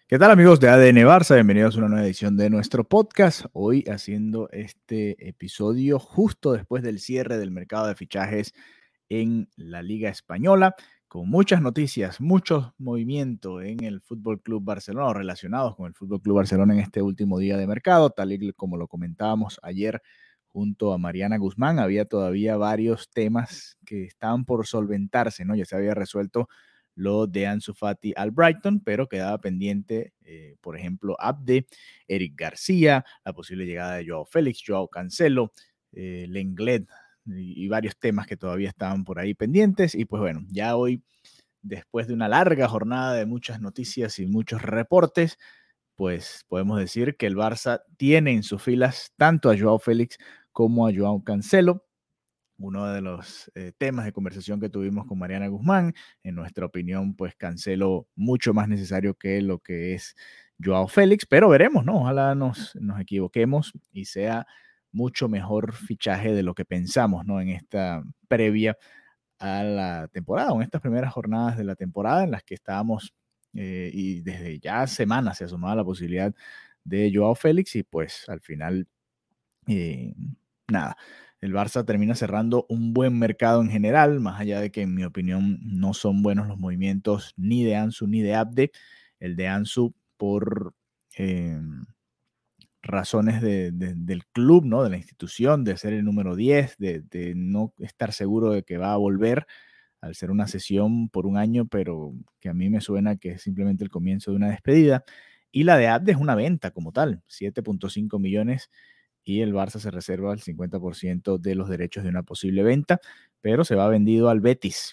¿Qué tal, amigos de ADN Barça? Bienvenidos a una nueva edición de nuestro podcast. Hoy haciendo este episodio justo después del cierre del mercado de fichajes en la Liga Española, con muchas noticias, mucho movimiento en el Fútbol Club Barcelona o relacionados con el Fútbol Club Barcelona en este último día de mercado, tal y como lo comentábamos ayer junto a Mariana Guzmán. Había todavía varios temas que estaban por solventarse, ¿no? Ya se había resuelto lo de Ansu Fati al Brighton, pero quedaba pendiente, por ejemplo, Abde, Eric García, la posible llegada de Joao Félix, Joao Cancelo, Lenglet y varios temas que todavía estaban por ahí pendientes. Y pues bueno, ya hoy, después de una larga jornada de muchas noticias y muchos reportes, pues podemos decir que el Barça tiene en sus filas tanto a Joao Félix como a Joao Cancelo. Uno de los temas de conversación que tuvimos con Mariana Guzmán, en nuestra opinión, pues Cancelo mucho más necesario que lo que es Joao Félix, pero veremos, ¿no? Ojalá nos equivoquemos y sea mucho mejor fichaje de lo que pensamos, ¿no? En esta previa a la temporada, o en estas primeras jornadas de la temporada en las que estábamos y desde ya semanas se asomaba la posibilidad de Joao Félix y pues al final eh, nada, el Barça termina cerrando un buen mercado en general, más allá de que en mi opinión no son buenos los movimientos ni de Ansu ni de Abde. El de Ansu por eh, razones del club, ¿no? De la institución, de ser el número 10, de no estar seguro de que va a volver al ser una sesión por un año, pero que a mí me suena que es simplemente el comienzo de una despedida. Y la de Abde es una venta como tal, 7.5 millones, y el Barça se reserva el 50% de los derechos de una posible venta, pero se va vendido al Betis,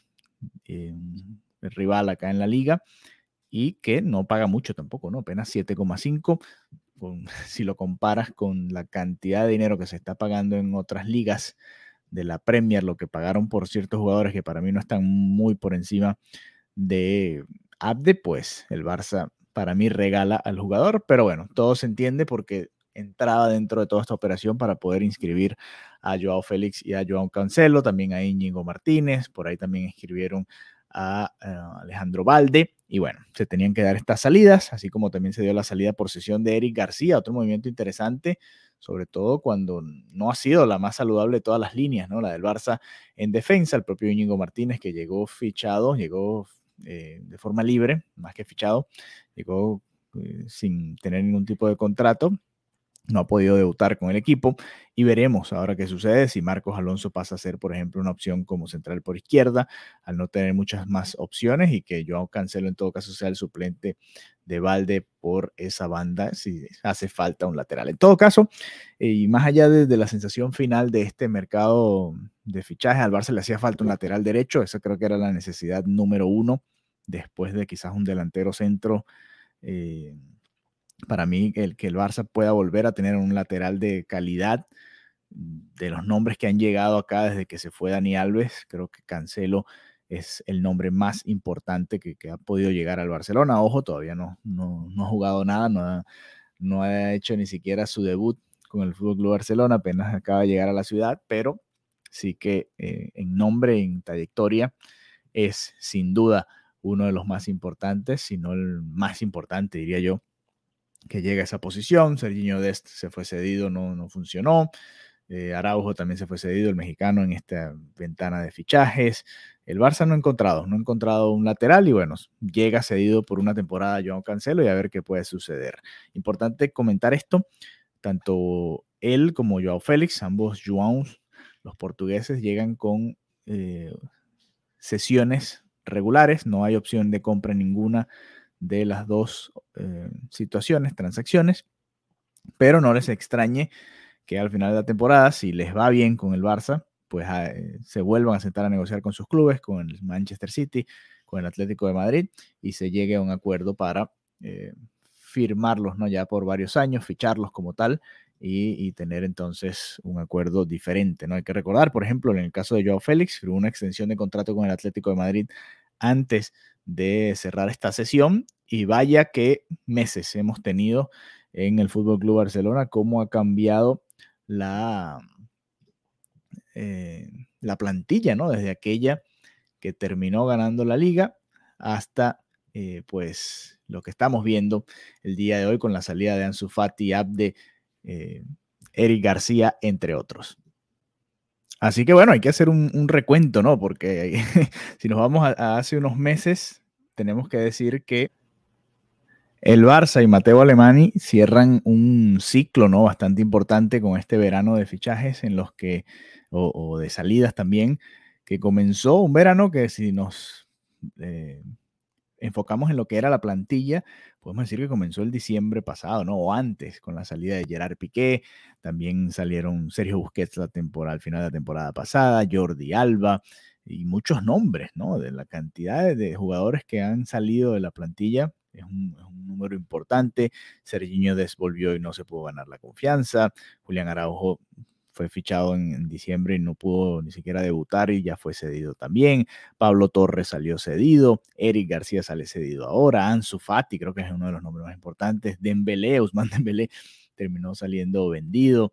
el rival acá en la liga, y que no paga mucho tampoco, ¿no? Apenas 7,5, si lo comparas con la cantidad de dinero que se está pagando en otras ligas de la Premier, lo que pagaron por ciertos jugadores que para mí no están muy por encima de Abde, pues el Barça para mí regala al jugador, pero bueno, todo se entiende porque entraba dentro de toda esta operación para poder inscribir a Joao Félix y a Joao Cancelo, también a Íñigo Martínez, por ahí también inscribieron a Alejandro Balde, y bueno, se tenían que dar estas salidas, así como también se dio la salida por sesión de Eric García, otro movimiento interesante, sobre todo cuando no ha sido la más saludable de todas las líneas, ¿no? La del Barça en defensa, el propio Íñigo Martínez que llegó fichado, llegó de forma libre, más que fichado, llegó sin tener ningún tipo de contrato, no ha podido debutar con el equipo y veremos ahora qué sucede si Marcos Alonso pasa a ser, por ejemplo, una opción como central por izquierda, al no tener muchas más opciones y que Joao Cancelo en todo caso sea el suplente de Balde por esa banda si hace falta un lateral. En todo caso, y más allá de la sensación final de este mercado de fichaje, al Barça le hacía falta un lateral derecho, esa creo que era la necesidad número uno, después de quizás un delantero centro. Para mí, que el Barça pueda volver a tener un lateral de calidad, de los nombres que han llegado acá desde que se fue Dani Alves, creo que Cancelo es el nombre más importante que ha podido llegar al Barcelona. Ojo, todavía no ha jugado nada, no ha hecho ni siquiera su debut con el Fútbol Club Barcelona, apenas acaba de llegar a la ciudad, pero sí que en nombre, en trayectoria, es sin duda uno de los más importantes, si no el más importante, diría yo, que llega a esa posición. Serginho Dest se fue cedido, no funcionó. Araujo también se fue cedido, el mexicano, en esta ventana de fichajes. El Barça no ha encontrado un lateral y bueno, llega cedido por una temporada Joao Cancelo y a ver qué puede suceder. Importante comentar esto, tanto él como Joao Félix, ambos Joaos, los portugueses, llegan con sesiones regulares, no hay opción de compra en ninguna de las dos situaciones, transacciones, pero no les extrañe que al final de la temporada, si les va bien con el Barça, pues se vuelvan a sentar a negociar con sus clubes, con el Manchester City, con el Atlético de Madrid, y se llegue a un acuerdo para firmarlos, ¿no? Ya por varios años, ficharlos como tal, y tener entonces un acuerdo diferente, ¿no? Hay que recordar, por ejemplo, en el caso de Joao Félix, firmó una extensión de contrato con el Atlético de Madrid antes de cerrar esta sesión, y vaya que meses hemos tenido en el Fútbol Club Barcelona, cómo ha cambiado la, la plantilla, ¿no? Desde aquella que terminó ganando la liga hasta pues lo que estamos viendo el día de hoy con la salida de Ansu Fati, Abde, Eric García, entre otros. Así que bueno, hay que hacer un recuento, ¿no? Porque si nos vamos a hace unos meses, tenemos que decir que el Barça y Matteo Alemany cierran un ciclo, ¿no? Bastante importante con este verano de fichajes en los que, o de salidas también, que comenzó un verano que si nos enfocamos en lo que era la plantilla, podemos decir que comenzó el diciembre pasado, ¿no? O antes, con la salida de Gerard Piqué, también salieron Sergio Busquets al final de la temporada pasada, Jordi Alba y muchos nombres, ¿no? De la cantidad de jugadores que han salido de la plantilla, es un número importante. Serginho Dest volvió y no se pudo ganar la confianza. Julián Araujo fue fichado en diciembre y no pudo ni siquiera debutar y ya fue cedido también. Pablo Torres salió cedido, Eric García sale cedido ahora, Ansu Fati creo que es uno de los nombres más importantes, Dembélé, Ousmane Dembélé terminó saliendo vendido.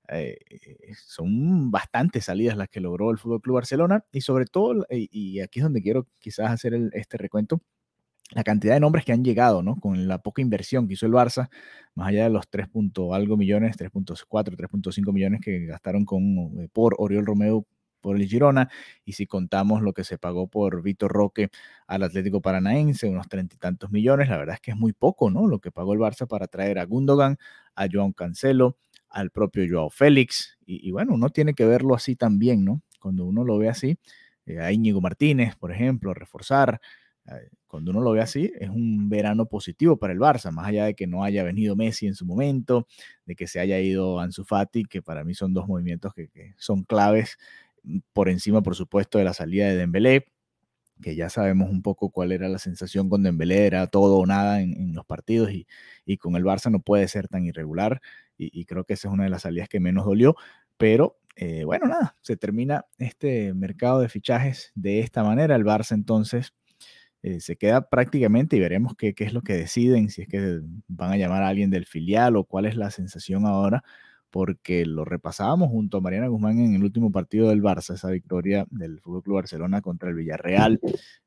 Son bastantes salidas las que logró el FC Barcelona y sobre todo, y aquí es donde quiero quizás hacer este recuento, la cantidad de nombres que han llegado, ¿no? Con la poca inversión que hizo el Barça, más allá de los 3 algo millones, 3.4, 3.5 millones que gastaron por Oriol Romeu por el Girona, y si contamos lo que se pagó por Vitor Roque al Atlético Paranaense, unos 30 y tantos millones, la verdad es que es muy poco, ¿no? Lo que pagó el Barça para traer a Gundogan, a Joao Cancelo, al propio Joao Félix, y bueno, uno tiene que verlo así también, ¿no? Cuando uno lo ve así, a Íñigo Martínez, por ejemplo, reforzar, cuando uno lo ve así, es un verano positivo para el Barça, más allá de que no haya venido Messi en su momento, de que se haya ido Ansu Fati, que para mí son dos movimientos que son claves, por encima, por supuesto, de la salida de Dembélé, que ya sabemos un poco cuál era la sensación con Dembélé, era todo o nada en los partidos, y con el Barça no puede ser tan irregular, y creo que esa es una de las salidas que menos dolió, pero bueno, nada, se termina este mercado de fichajes de esta manera. El Barça entonces se queda prácticamente y veremos qué es lo que deciden, si es que van a llamar a alguien del filial o cuál es la sensación ahora, porque lo repasábamos junto a Mariana Guzmán en el último partido del Barça, esa victoria del FC Barcelona contra el Villarreal,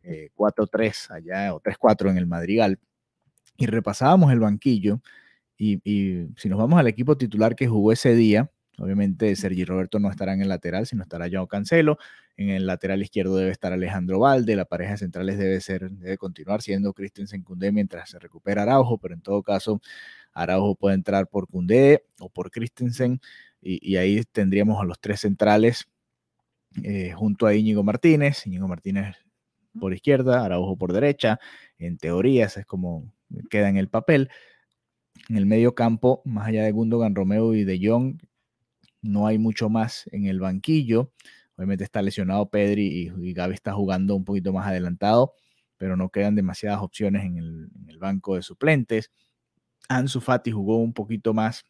4-3 allá o 3-4 en el Madrigal, y repasábamos el banquillo, y si nos vamos al equipo titular que jugó ese día, obviamente Sergi Roberto no estará en el lateral, sino estará Joao Cancelo. En el lateral izquierdo debe estar Alejandro Valde. La pareja de centrales debe continuar siendo Christensen Koundé mientras se recupera Araujo, pero en todo caso Araujo puede entrar por Koundé o por Christensen, y ahí tendríamos a los tres centrales junto a Íñigo Martínez por izquierda, Araujo por derecha. En teoría, eso es como queda en el papel. En el medio campo, más allá de Gundogan, Romeu y De Jong, no hay mucho más en el banquillo. Obviamente está lesionado Pedri y Gavi está jugando un poquito más adelantado, pero no quedan demasiadas opciones en el banco de suplentes. Ansu Fati jugó un poquito más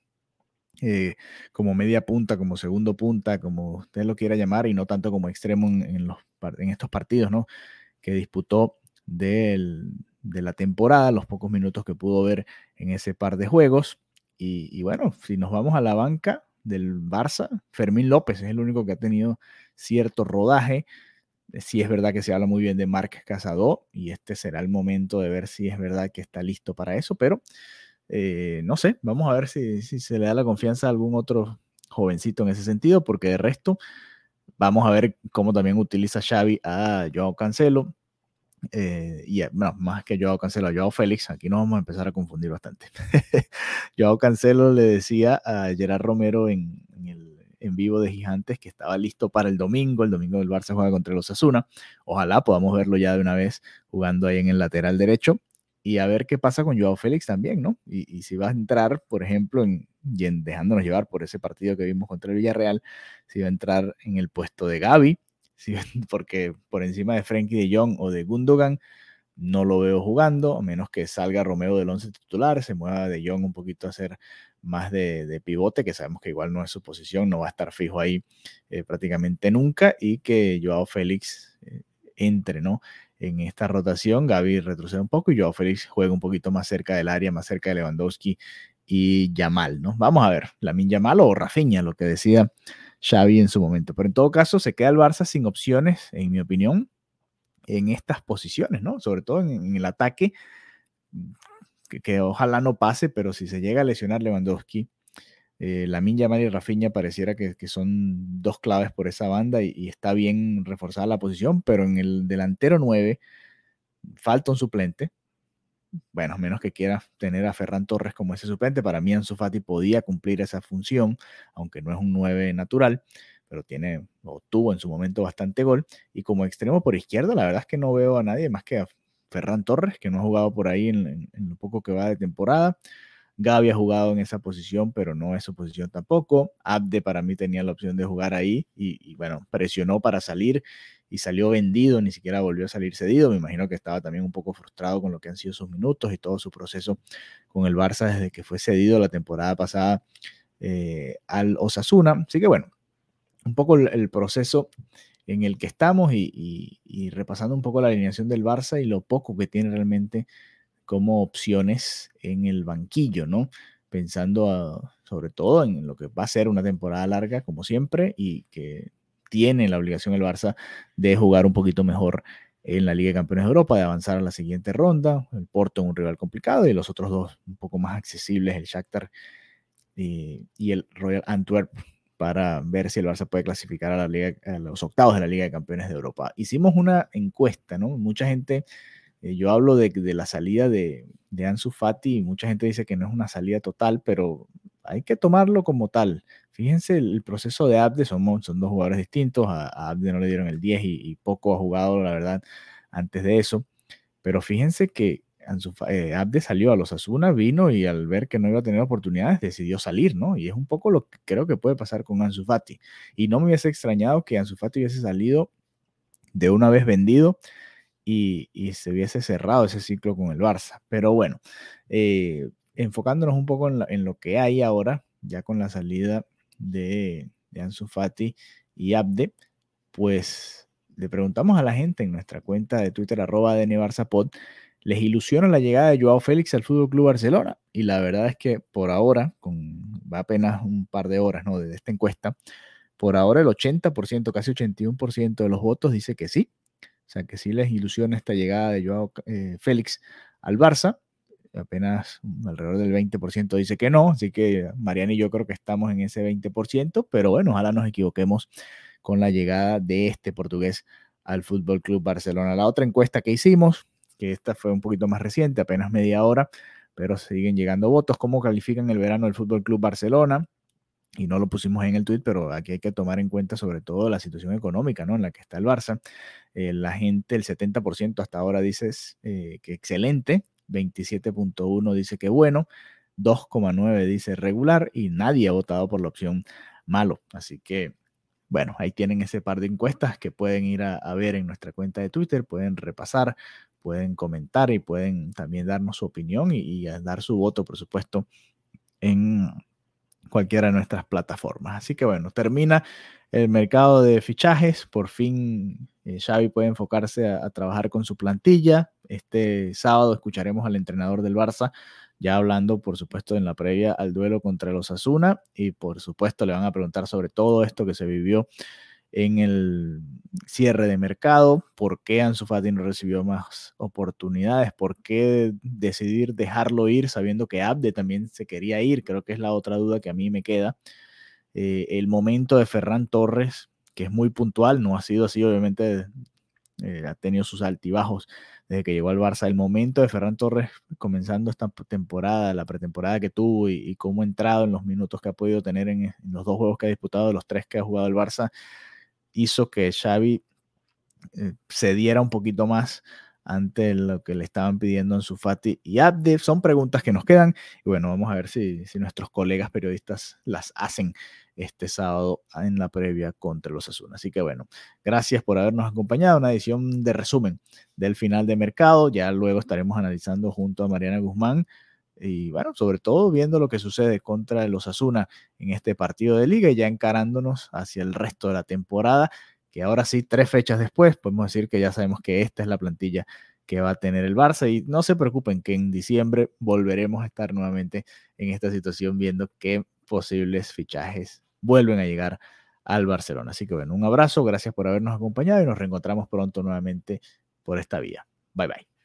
como media punta, como segundo punta, como usted lo quiera llamar, y no tanto como extremo en estos partidos, ¿no? Que disputó de la temporada, los pocos minutos que pudo ver en ese par de juegos. Y bueno, si nos vamos a la banca del Barça, Fermín López es el único que ha tenido cierto rodaje. Sí es verdad que se habla muy bien de Marc Casado, y este será el momento de ver si es verdad que está listo para eso, pero no sé, vamos a ver si se le da la confianza a algún otro jovencito en ese sentido, porque de resto vamos a ver cómo también utiliza Xavi a Joao Cancelo, y bueno, más que Joao Cancelo, a Joao Félix. Aquí nos vamos a empezar a confundir bastante. Joao Cancelo le decía a Gerard Romero en el en vivo de Gigantes que estaba listo para el domingo. El domingo el Barça juega contra el Osasuna. Ojalá podamos verlo ya de una vez jugando ahí en el lateral derecho, y a ver qué pasa con Joao Félix también, ¿no? Y si va a entrar, por ejemplo, dejándonos llevar por ese partido que vimos contra el Villarreal, si va a entrar en el puesto de Gavi, porque por encima de Frenkie de Jong o de Gundogan no lo veo jugando, a menos que salga Romeo del 11 titular, se mueva de Jong un poquito a hacer más de pivote, que sabemos que igual no es su posición, no va a estar fijo ahí prácticamente nunca, y que Joao Félix entre, ¿no? En esta rotación. Gavi retrocede un poco y Joao Félix juega un poquito más cerca del área, más cerca de Lewandowski y Yamal, ¿no? Vamos a ver, Lamine Yamal o Rafinha, lo que decía Xavi en su momento. Pero en todo caso, se queda el Barça sin opciones, en mi opinión, en estas posiciones, ¿no? Sobre todo en el ataque, que ojalá no pase, pero si se llega a lesionar Lewandowski, Lamine Yamal y Rafinha pareciera que son dos claves por esa banda y está bien reforzada la posición, pero en el delantero 9 falta un suplente. Bueno, a menos que quiera tener a Ferran Torres como ese suplente. Para mí Ansu Fati podía cumplir esa función, aunque no es un 9 natural, pero tiene o tuvo en su momento bastante gol. Y como extremo por izquierda, la verdad es que no veo a nadie más que a Ferran Torres, que no ha jugado por ahí en lo poco que va de temporada. Gavi ha jugado en esa posición, pero no es su posición tampoco. Abde para mí tenía la opción de jugar ahí y bueno, presionó para salir y salió vendido, ni siquiera volvió a salir cedido. Me imagino que estaba también un poco frustrado con lo que han sido sus minutos y todo su proceso con el Barça desde que fue cedido la temporada pasada al Osasuna. Así que bueno, un poco el proceso en el que estamos y repasando un poco la alineación del Barça y lo poco que tiene realmente como opciones en el banquillo, ¿no? Pensando sobre todo en lo que va a ser una temporada larga, como siempre, y que tiene la obligación el Barça de jugar un poquito mejor en la Liga de Campeones de Europa, de avanzar a la siguiente ronda. El Porto es un rival complicado y los otros dos un poco más accesibles, el Shakhtar y el Royal Antwerp, para ver si el Barça puede clasificar a la Liga, a los octavos de la Liga de Campeones de Europa. Hicimos una encuesta, ¿no? Mucha gente yo hablo de la salida de Ansu Fati y mucha gente dice que no es una salida total, pero hay que tomarlo como tal. Fíjense el proceso de Abde, son dos jugadores distintos. A Abde no le dieron el 10 y poco ha jugado, la verdad, antes de eso. Pero fíjense que Abde salió a los Osasuna, vino y al ver que no iba a tener oportunidades decidió salir, ¿no? Y es un poco lo que creo que puede pasar con Ansu Fati. Y no me hubiese extrañado que Ansu Fati hubiese salido de una vez vendido y se hubiese cerrado ese ciclo con el Barça. Pero bueno, enfocándonos un poco en lo que hay ahora, ya con la salida de Ansu Fati y Abde, pues le preguntamos a la gente en nuestra cuenta de Twitter, @DNBarçaPod, ¿les ilusiona la llegada de Joao Félix al Fútbol Club Barcelona? Y la verdad es que por ahora, va apenas un par de horas, ¿no?, de esta encuesta, por ahora el 80%, casi 81% de los votos dice que sí. O sea, que sí les ilusiona esta llegada de Joao Félix al Barça. Apenas alrededor del 20% dice que no, así que Mariana y yo creo que estamos en ese 20%, pero bueno, ojalá nos equivoquemos con la llegada de este portugués al Fútbol Club Barcelona. La otra encuesta que hicimos, que esta fue un poquito más reciente, apenas media hora, pero siguen llegando votos. ¿Cómo califican el verano del Fútbol Club Barcelona? Y no lo pusimos en el tweet, pero aquí hay que tomar en cuenta sobre todo la situación económica, ¿no?, en la que está el Barça. La gente, el 70% hasta ahora dice que excelente, 27.1 dice que bueno, 2.9 dice regular y nadie ha votado por la opción malo. Así que, bueno, ahí tienen ese par de encuestas que pueden ir a ver en nuestra cuenta de Twitter, pueden repasar, pueden comentar y pueden también darnos su opinión y dar su voto, por supuesto, en cualquiera de nuestras plataformas. Así que bueno, termina el mercado de fichajes. Por fin Xavi puede enfocarse a trabajar con su plantilla. Este sábado escucharemos al entrenador del Barça ya hablando, por supuesto, en la previa al duelo contra los Osasuna y por supuesto le van a preguntar sobre todo esto que se vivió en el cierre de mercado, por qué Ansu Fati no recibió más oportunidades, por qué decidir dejarlo ir sabiendo que Abde también se quería ir, creo que es la otra duda que a mí me queda. El momento de Ferran Torres, que es muy puntual, no ha sido así, obviamente ha tenido sus altibajos desde que llegó al Barça. El momento de Ferran Torres comenzando esta temporada, la pretemporada que tuvo y cómo ha entrado en los minutos que ha podido tener en los dos juegos que ha disputado, los 3 que ha jugado el Barça, hizo que Xavi cediera un poquito más ante lo que le estaban pidiendo Ansu Fati y Abde. Son preguntas que nos quedan y bueno, vamos a ver si nuestros colegas periodistas las hacen este sábado en la previa contra los Osasuna. Así que bueno, gracias por habernos acompañado. Una edición de resumen del final de mercado. Ya luego estaremos analizando junto a Mariana Guzmán y bueno, sobre todo viendo lo que sucede contra los Osasuna en este partido de liga y ya encarándonos hacia el resto de la temporada, que ahora sí, 3 fechas después, podemos decir que ya sabemos que esta es la plantilla que va a tener el Barça y no se preocupen que en diciembre volveremos a estar nuevamente en esta situación viendo qué posibles fichajes vuelven a llegar al Barcelona. Así que bueno, un abrazo, gracias por habernos acompañado y nos reencontramos pronto nuevamente por esta vía. Bye bye.